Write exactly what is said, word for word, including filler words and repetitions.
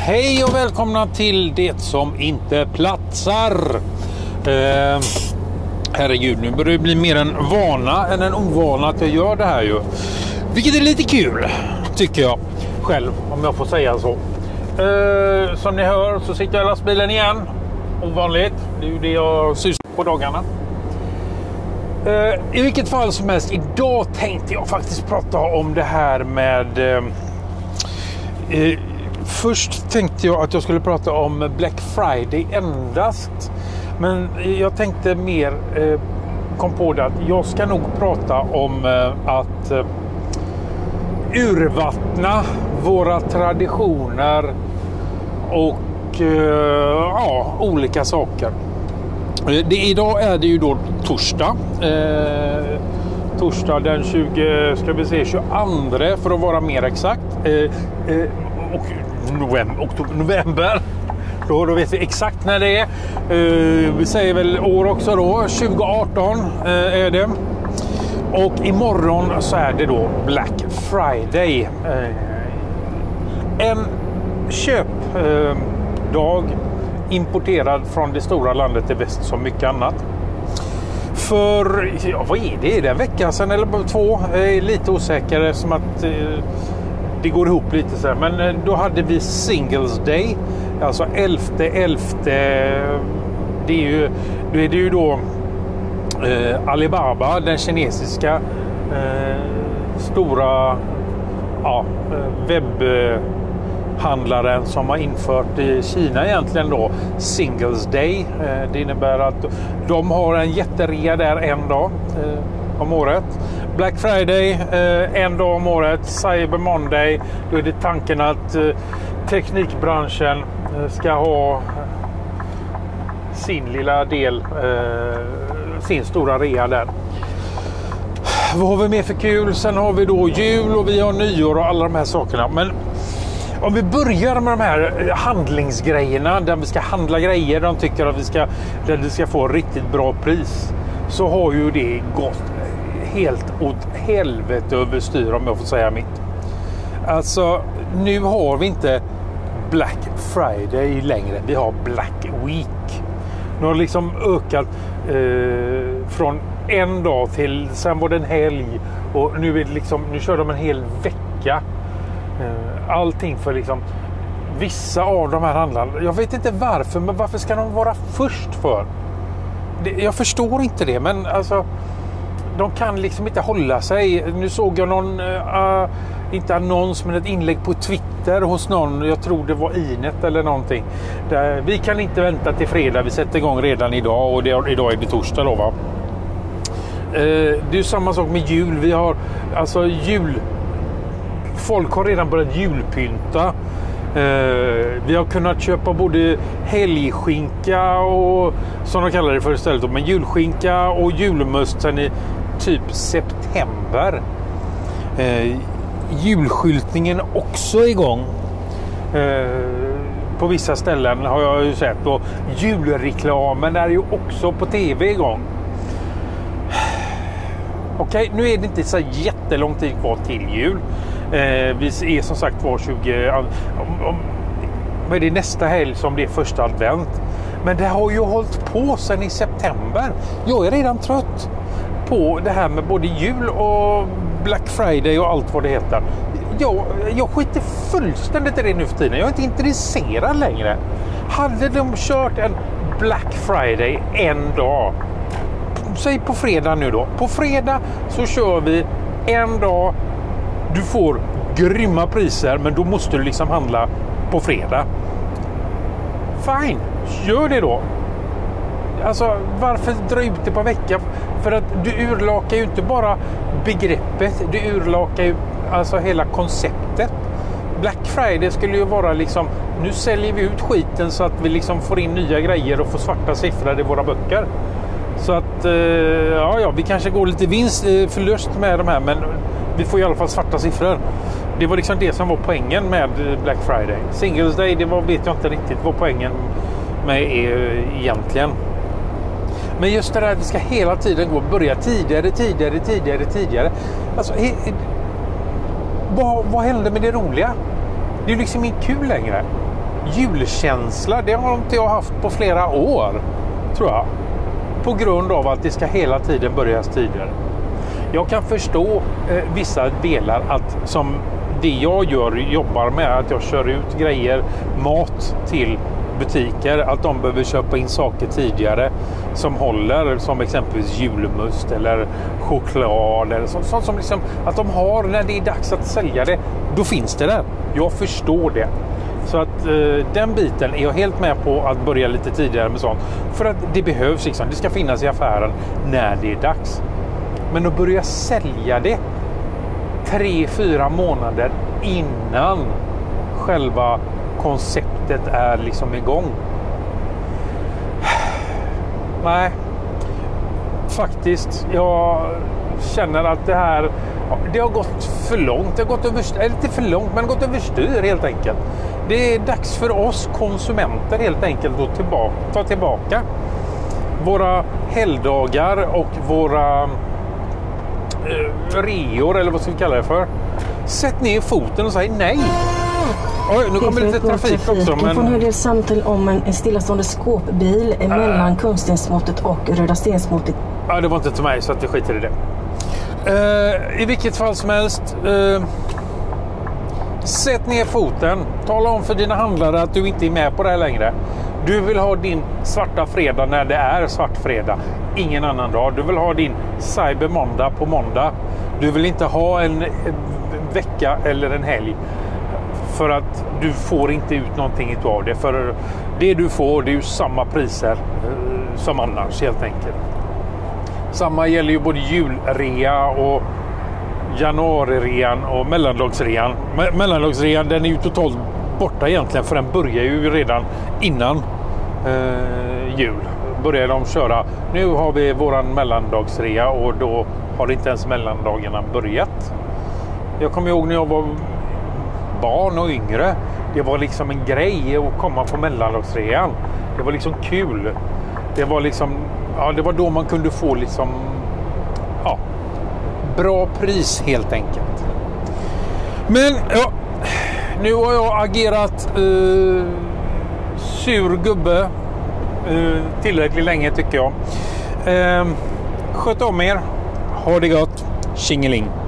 Hej och välkomna till det som inte platsar. Eh, herregud, nu börjar det bli mer en vana än en ovana att jag gör det här ju. Vilket är lite kul, tycker jag själv, om jag får säga så. Eh, som ni hör så sitter jag i lastbilen igen. Ovanligt, det är ju det jag sysslar på dagarna. Eh, I vilket fall som helst, idag tänkte jag faktiskt prata om det här med... Eh, eh, Först tänkte jag att jag skulle prata om Black Friday endast. Men jag tänkte mer, eh, kom på det att jag ska nog prata om eh, att eh, urvattna våra traditioner och eh, ja, olika saker. Det, idag är det ju då torsdag. Eh, torsdag den tjugo, ska vi se, tjugoandra för att vara mer exakt. Eh, eh, och november, oktober, november. Då, då vet vi exakt när det är. Uh, vi säger väl år också då. tjugo arton uh, är det. Och imorgon så är det då Black Friday. Uh, en köpdag uh, importerad från det stora landet i väst som mycket annat. För, ja, vad är det? Är det en vecka sedan eller två? Jag är lite osäker som att... Uh, det går ihop lite så här. Men då hade vi Singles Day. Alltså elfte elfte. Det är ju, då är det ju då eh, Alibaba, den kinesiska eh, stora ja, webbhandlaren som har infört i Kina egentligen då Singles Day. Eh, det innebär att de har en jätterea där en dag eh, om året. Black Friday eh, en dag om året. Cyber Monday, då är det tanken att eh, teknikbranschen eh, ska ha sin lilla del, eh, sin stora rea där. Vad har vi mer för kul? Sen har vi då jul och vi har nyår och alla de här sakerna. Men om vi börjar med de här handlingsgrejerna där vi ska handla grejer, de tycker att vi ska, där vi ska få riktigt bra pris, så har ju det gått helt åt helvete överstyr, om jag får säga mitt. Alltså, nu har vi inte Black Friday längre. Vi har Black Week. Nu har liksom ökat eh, från en dag till, sen var det en helg. Och nu är det liksom, nu kör de en hel vecka. Eh, allting för liksom vissa av de här handlarna. Jag vet inte varför, men varför ska de vara först för? Det, jag förstår inte det, men alltså... De kan liksom inte hålla sig. Nu såg jag någon, uh, inte annons, men ett inlägg på Twitter hos någon. Jag tror det var Inet eller någonting. Där, vi kan inte vänta till fredag. Vi sätter igång redan idag. Och det, idag är det torsdag då, va? Uh, det är samma sak med jul. Vi har alltså jul... Folk har redan börjat julpynta. Uh, vi har kunnat köpa både helgskinka och, som de kallar det för istället, men julskinka och julmust sen i typ september. Uh, julskyltningen också igång. Uh, på vissa ställen har jag ju sett. Och julreklamen är ju också på tv igång. Okej, okay, nu är det inte så jättelång tid kvar till jul. Eh, vi är som sagt var tjugo... Om, om, men det är nästa helg som det är första advent. Men det har ju hållit på sedan i september. Jag är redan trött på det här med både jul och Black Friday och allt vad det heter. Jag, jag skiter fullständigt i det nu för tiden. Jag är inte intresserad längre. Hade de kört en Black Friday en dag, säg på fredag nu då. På fredag så kör vi en dag. Du får grymma priser, men då måste du liksom handla på fredag. Fine, gör det då. Alltså, varför dra ut det på vecka? För att du urlakar ju inte bara begreppet, du urlakar ju alltså hela konceptet. Black Friday skulle ju vara liksom, nu säljer vi ut skiten så att vi liksom får in nya grejer och får svarta siffror i våra böcker. Så att, ja, ja, vi kanske går lite vinst, förlust med de här, men vi får i alla fall svarta siffror. Det var liksom det som var poängen med Black Friday. Singles Day, det var, vet jag inte riktigt vad poängen med är egentligen. Men just det där att vi ska hela tiden gå börja tidigare, tidigare, tidigare, tidigare. Alltså, he, he, vad, vad hände med det roliga? Det är ju liksom inte kul längre. julkänsla, det har inte jag haft på flera år, tror jag. På grund av att det ska hela tiden börjas tidigare. Jag kan förstå eh, vissa delar att som det jag gör, jobbar med, att jag kör ut grejer, mat till butiker, att de behöver köpa in saker tidigare som håller, som exempelvis julmust eller choklad eller sånt, sånt som liksom, att de har när det är dags att sälja det, då finns det där. Jag förstår det. Så att eh, den biten är jag helt med på, att börja lite tidigare med sånt. För att det behövs liksom, det ska finnas i affären när det är dags. Men att börja sälja det tre, fyra månader innan själva konceptet är liksom igång. Nej. Faktiskt, jag känner att det här, det har gått för långt. Det har gått över, eller inte för långt, men gått överstyr helt enkelt. Det är dags för oss konsumenter helt enkelt att tillbaka, ta tillbaka våra helgdagar och våra eh, reor, eller vad ska vi kalla det för. Sätt ner foten och säg nej. Oj, nu kommer lite trafik också. Men... får en hel del samtal om en stillastående skåpbil äh. mellan Kungstensmotet och Röda Stensmotet. Ja, det var inte till mig, så att vi skiter i det. Uh, I vilket fall som helst, uh, sätt ner foten. Tala om för dina handlare att du inte är med på det här längre. Du vill ha din svarta fredag när det är svart fredag. Ingen annan dag. Du vill ha din cybermåndag på måndag. Du vill inte ha en vecka eller en helg. För att du får inte ut någonting av det. För det du får, det är ju samma priser eh, som annars helt enkelt. Samma gäller ju både julrea och januarirean och mellandagsrean. Me- mellandagsrean, den är ju totalt borta egentligen, för den börjar ju redan innan eh, jul. Börjar de köra. Nu har vi våran mellandagsrea och då har det inte ens mellandagarna börjat. Jag kommer ihåg när jag var barn och yngre. Det var liksom en grej att komma på mellandagsrean. Det var liksom kul. Det var liksom, ja, det var då man kunde få liksom, ja, bra pris helt enkelt. Men ja, nu har jag agerat eh, sur gubbe eh, tillräckligt länge tycker jag. Eh, sköt om er. Ha det gott. Tjingeling.